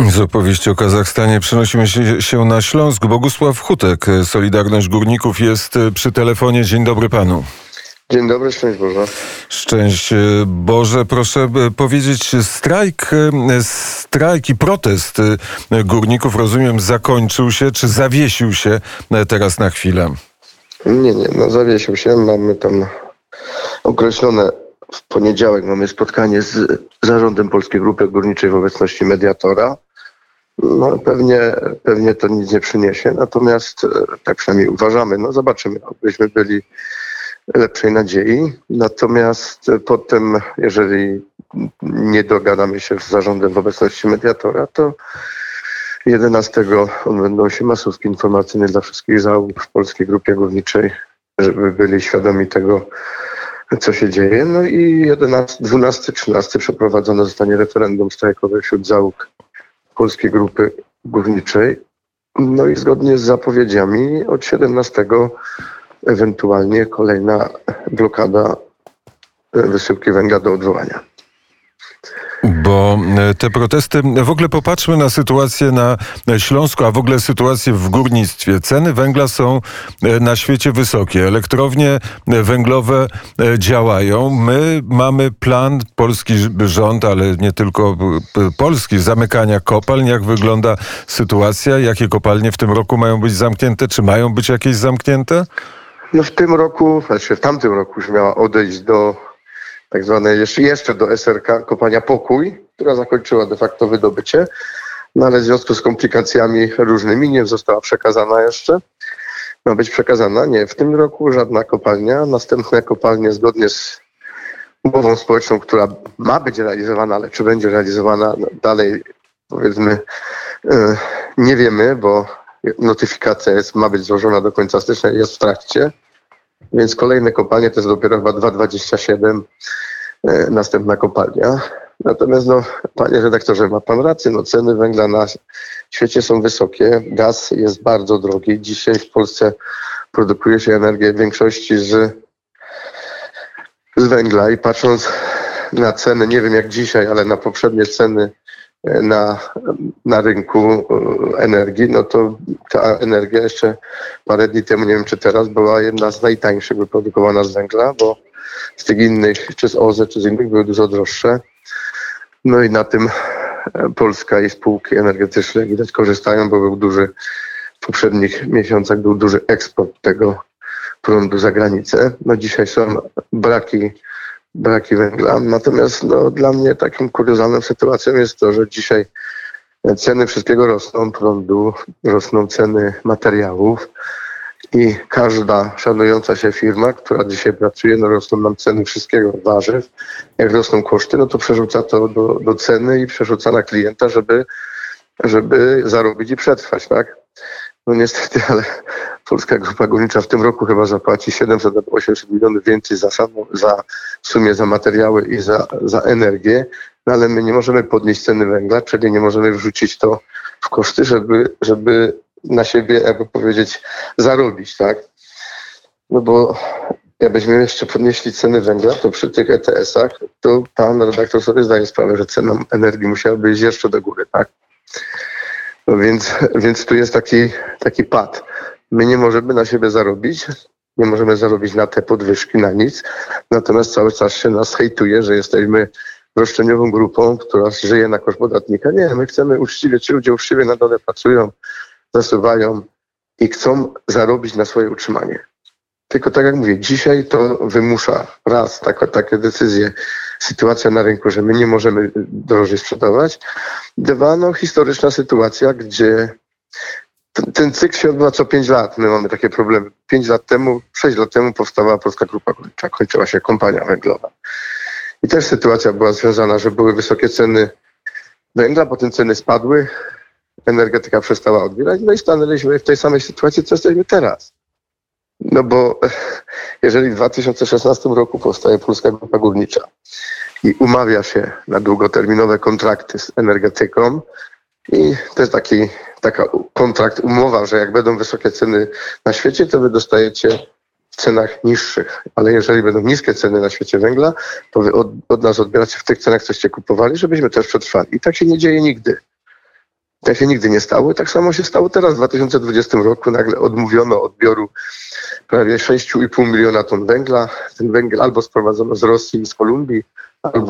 Z opowieści o Kazachstanie przenosimy się na Śląsk. Bogusław Hutek, Solidarność Górników, jest przy telefonie. Dzień dobry panu. Dzień dobry, szczęść Boże. Szczęść Boże. Proszę powiedzieć, strajk i protest górników, rozumiem, zakończył się, czy zawiesił się teraz na chwilę? Nie, zawiesił się. Mamy tam określone, w poniedziałek mamy spotkanie z zarządem Polskiej Grupy Górniczej w obecności mediatora. No, pewnie to nic nie przyniesie, natomiast tak przynajmniej uważamy. No zobaczymy, byśmy byli lepszej nadziei. Natomiast potem, jeżeli nie dogadamy się z zarządem w obecności mediatora, to 11 odbędą się masówki informacyjne dla wszystkich załóg w Polskiej Grupie Górniczej, żeby byli świadomi tego, co się dzieje. No i 11, 12, 13 przeprowadzone zostanie referendum strajkowe wśród załóg Polskiej Grupy Górniczej. No i zgodnie z zapowiedziami od 17 ewentualnie kolejna blokada wysyłki węgla do odwołania. Bo te protesty, w ogóle popatrzmy na sytuację na Śląsku, a w ogóle sytuację w górnictwie. Ceny węgla są na świecie wysokie. Elektrownie węglowe działają. My mamy plan, polski rząd, ale nie tylko polski, zamykania kopalń. Jak wygląda sytuacja? Jakie kopalnie w tym roku mają być zamknięte? Czy mają być jakieś zamknięte? No w tym roku, w tamtym roku już miała odejść do tak zwanej jeszcze do SRK kopalnia Pokój, która zakończyła de facto wydobycie, no ale w związku z komplikacjami różnymi nie została przekazana jeszcze. Ma być przekazana? Nie, w tym roku żadna kopalnia. Następne kopalnie zgodnie z umową społeczną, która ma być realizowana, ale czy będzie realizowana dalej, powiedzmy, nie wiemy, bo notyfikacja ma być złożona do końca stycznia i jest w trakcie. Więc kolejne kopalnie to jest dopiero chyba 2,27 następna kopalnia. Natomiast panie redaktorze, ma pan rację, ceny węgla na świecie są wysokie, gaz jest bardzo drogi. Dzisiaj w Polsce produkuje się energię w większości z węgla i patrząc na ceny, nie wiem jak dzisiaj, ale na poprzednie ceny na rynku energii, no to ta energia jeszcze parę dni temu, nie wiem czy teraz, była jedna z najtańszych wyprodukowana z węgla, bo z tych innych, czy z OZE, czy z innych były dużo droższe. No i na tym Polska i spółki energetyczne widać korzystają, bo w poprzednich miesiącach był duży eksport tego prądu za granicę. No dzisiaj są braki węgla. Natomiast dla mnie taką kuriozalną sytuacją jest to, że dzisiaj ceny wszystkiego rosną, prądu, rosną ceny materiałów i każda szanująca się firma, która dzisiaj pracuje, rosną nam ceny wszystkiego, warzyw. Jak rosną koszty, to przerzuca to do ceny i przerzuca na klienta, żeby zarobić i przetrwać, tak? No niestety, ale Polska Grupa Górnicza w tym roku chyba zapłaci 700 albo 800 milionów więcej w sumie za materiały i za energię, ale my nie możemy podnieść ceny węgla, czyli nie możemy wrzucić to w koszty, żeby na siebie, jakby powiedzieć, zarobić, tak? No bo jakbyśmy jeszcze podnieśli ceny węgla, to przy tych ETS-ach, to pan redaktor sobie zdaje sprawę, że cena energii musiałaby iść jeszcze do góry, tak? No więc tu jest taki pad. My nie możemy na siebie zarobić, nie możemy zarobić na te podwyżki, na nic. Natomiast cały czas się nas hejtuje, że jesteśmy roszczeniową grupą, która żyje na koszt podatnika. Nie, my chcemy uczciwie, ci ludzie uczciwie na dole pracują, zasuwają i chcą zarobić na swoje utrzymanie. Tylko tak jak mówię, dzisiaj to wymusza raz takie decyzje, sytuacja na rynku, że my nie możemy drożej sprzedawać. Dwa, historyczna sytuacja, gdzie ten cykl się odbywa co 5 lat. My mamy takie problemy. 6 lat temu powstała Polska Grupa Górnicza, kończyła się kompania węglowa. I też sytuacja była związana, że były wysokie ceny węgla, potem ceny spadły, energetyka przestała odbierać, no i stanęliśmy w tej samej sytuacji, co jesteśmy teraz. No bo jeżeli w 2016 roku powstaje Polska Grupa Górnicza i umawia się na długoterminowe kontrakty z energetyką i to jest taka kontrakt, umowa, że jak będą wysokie ceny na świecie, to wy dostajecie w cenach niższych. Ale jeżeli będą niskie ceny na świecie węgla, to wy od nas odbieracie w tych cenach, coście kupowali, żebyśmy też przetrwali. I tak się nie dzieje nigdy. Tak się nigdy nie stało. I tak samo się stało teraz. W 2020 roku nagle odmówiono odbioru prawie 6,5 miliona ton węgla. Ten węgiel albo sprowadzono z Rosji i z Kolumbii, albo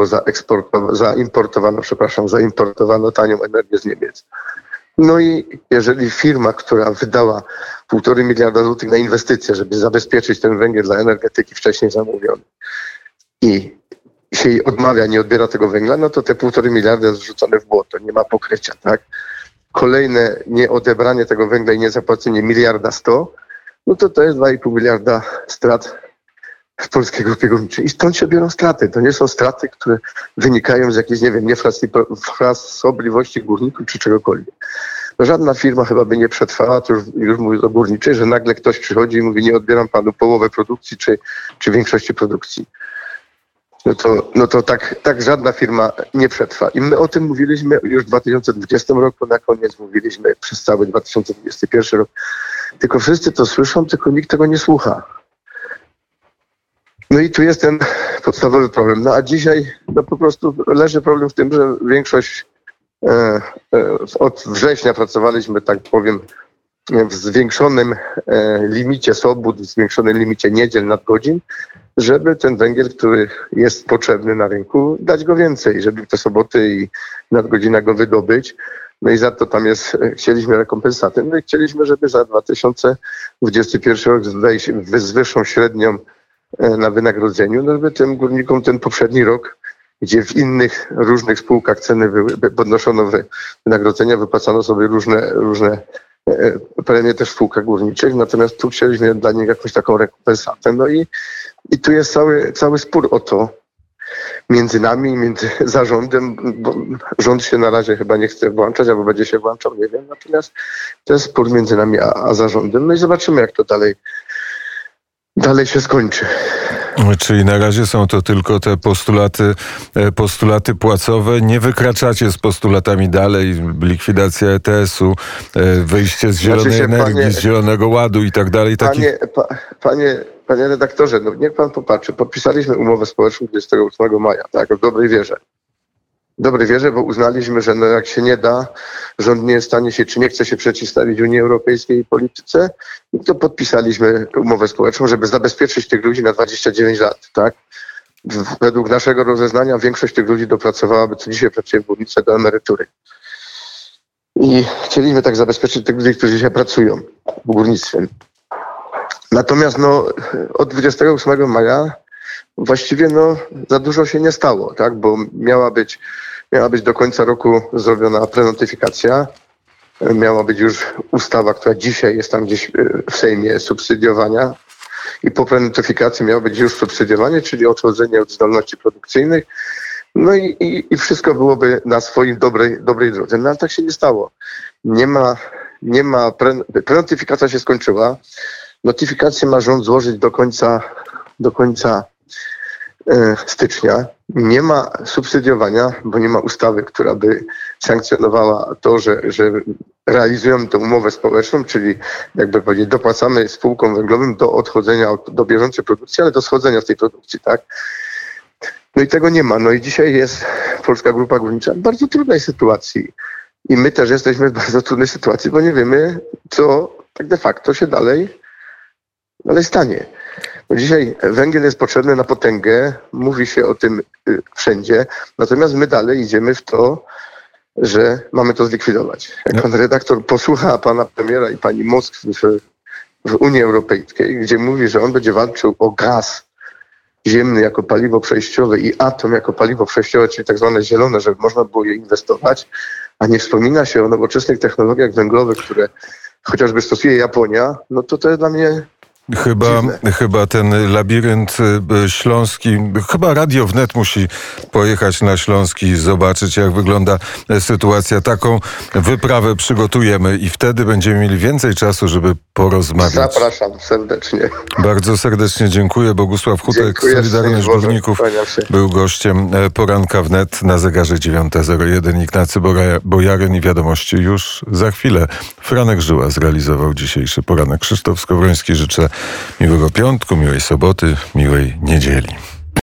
zaimportowano tanią energię z Niemiec. No i jeżeli firma, która wydała 1,5 miliarda złotych na inwestycje, żeby zabezpieczyć ten węgiel dla energetyki wcześniej zamówiony i się jej odmawia, nie odbiera tego węgla, no to te 1,5 miliarda jest wrzucone w błoto, nie ma pokrycia, tak? Kolejne nieodebranie tego węgla i niezapłacenie 1,1 miliarda, no to jest 2,5 miliarda strat w polskiej grupie górniczej. I stąd się biorą straty. To nie są straty, które wynikają z jakiejś, nie wiem, niefrasobliwości górników czy czegokolwiek. No żadna firma chyba by nie przetrwała, to już mówię o górniczej, że nagle ktoś przychodzi i mówi, nie odbieram panu połowę produkcji czy większości produkcji. No to tak żadna firma nie przetrwa. I my o tym mówiliśmy już w 2020 roku, na koniec mówiliśmy przez cały 2021 rok. Tylko wszyscy to słyszą, tylko nikt tego nie słucha. No i tu jest ten podstawowy problem. No a dzisiaj po prostu leży problem w tym, że większość od września pracowaliśmy, tak powiem, w zwiększonym limicie sobót, w zwiększonym limicie niedziel, nadgodzin, żeby ten węgiel, który jest potrzebny na rynku, dać go więcej, żeby te soboty i nadgodzina go wydobyć. No i za to tam chcieliśmy rekompensaty. No i chcieliśmy, żeby za 2021 rok wejść z wyższą średnią na wynagrodzeniu, no żeby tym górnikom ten poprzedni rok, gdzie w innych różnych spółkach ceny podnoszono wynagrodzenia, wypłacano sobie różne premie też w spółkach górniczych, natomiast tu chcieliśmy dla nich jakąś taką rekompensatę. No i tu jest cały spór o to między nami i między zarządem, bo rząd się na razie chyba nie chce włączać, albo będzie się włączał, nie wiem, natomiast to jest spór między nami a zarządem. No i zobaczymy, jak to dalej się skończy. Czyli na razie są to tylko te postulaty płacowe. Nie wykraczacie z postulatami dalej. Likwidacja ETS-u, wyjście z zielonej energii, z Zielonego Ładu i tak dalej. Panie redaktorze, no niech pan popatrzy. Podpisaliśmy umowę społeczną 28 maja, tak, w dobrej wierze. W dobrej wierze, bo uznaliśmy, że jak się nie da, rząd nie jest w stanie się, czy nie chce się przeciwstawić Unii Europejskiej polityce, to podpisaliśmy umowę społeczną, żeby zabezpieczyć tych ludzi na 29 lat, tak? Według naszego rozeznania większość tych ludzi dopracowałaby, co dzisiaj pracuje w górnictwie, do emerytury. I chcieliśmy tak zabezpieczyć tych ludzi, którzy dzisiaj pracują w górnictwie. Natomiast od 28 maja właściwie za dużo się nie stało, tak? Bo miała być do końca roku zrobiona prenotyfikacja. Miała być już ustawa, która dzisiaj jest tam gdzieś w Sejmie, subsydiowania. I po prenotyfikacji miało być już subsydiowanie, czyli odchodzenie od zdolności produkcyjnych. No i wszystko byłoby na swoim dobrej drodze. No ale tak się nie stało. Prenotyfikacja się skończyła. Notyfikację ma rząd złożyć do końca stycznia. Nie ma subsydiowania, bo nie ma ustawy, która by sankcjonowała to, że realizujemy tę umowę społeczną, czyli jakby powiedzieć, dopłacamy spółkom węglowym do odchodzenia do bieżącej produkcji, ale do schodzenia z tej produkcji, tak? No i tego nie ma. No i dzisiaj jest Polska Grupa Górnicza w bardzo trudnej sytuacji. I my też jesteśmy w bardzo trudnej sytuacji, bo nie wiemy, co tak de facto się dalej stanie. Bo dzisiaj węgiel jest potrzebny na potęgę, mówi się o tym wszędzie, natomiast my dalej idziemy w to, że mamy to zlikwidować. Jak pan redaktor posłucha pana premiera i pani Moskwy w Unii Europejskiej, gdzie mówi, że on będzie walczył o gaz ziemny jako paliwo przejściowe i atom jako paliwo przejściowe, czyli tak zwane zielone, żeby można było je inwestować, a nie wspomina się o nowoczesnych technologiach węglowych, które chociażby stosuje Japonia, no to jest dla mnie Chyba ten labirynt śląski, chyba Radio Wnet musi pojechać na Śląski i zobaczyć, jak wygląda sytuacja. Taką wyprawę przygotujemy i wtedy będziemy mieli więcej czasu, żeby porozmawiać. Zapraszam serdecznie. Bardzo serdecznie dziękuję. Bogusław Hutek, Solidarność Górników, był gościem Poranka Wnet. Na zegarze 9:01. Ignacy Bojaryn i wiadomości już za chwilę. Franek Żyła zrealizował dzisiejszy poranek. Krzysztof Skowroński, życzę miłego piątku, miłej soboty, miłej niedzieli.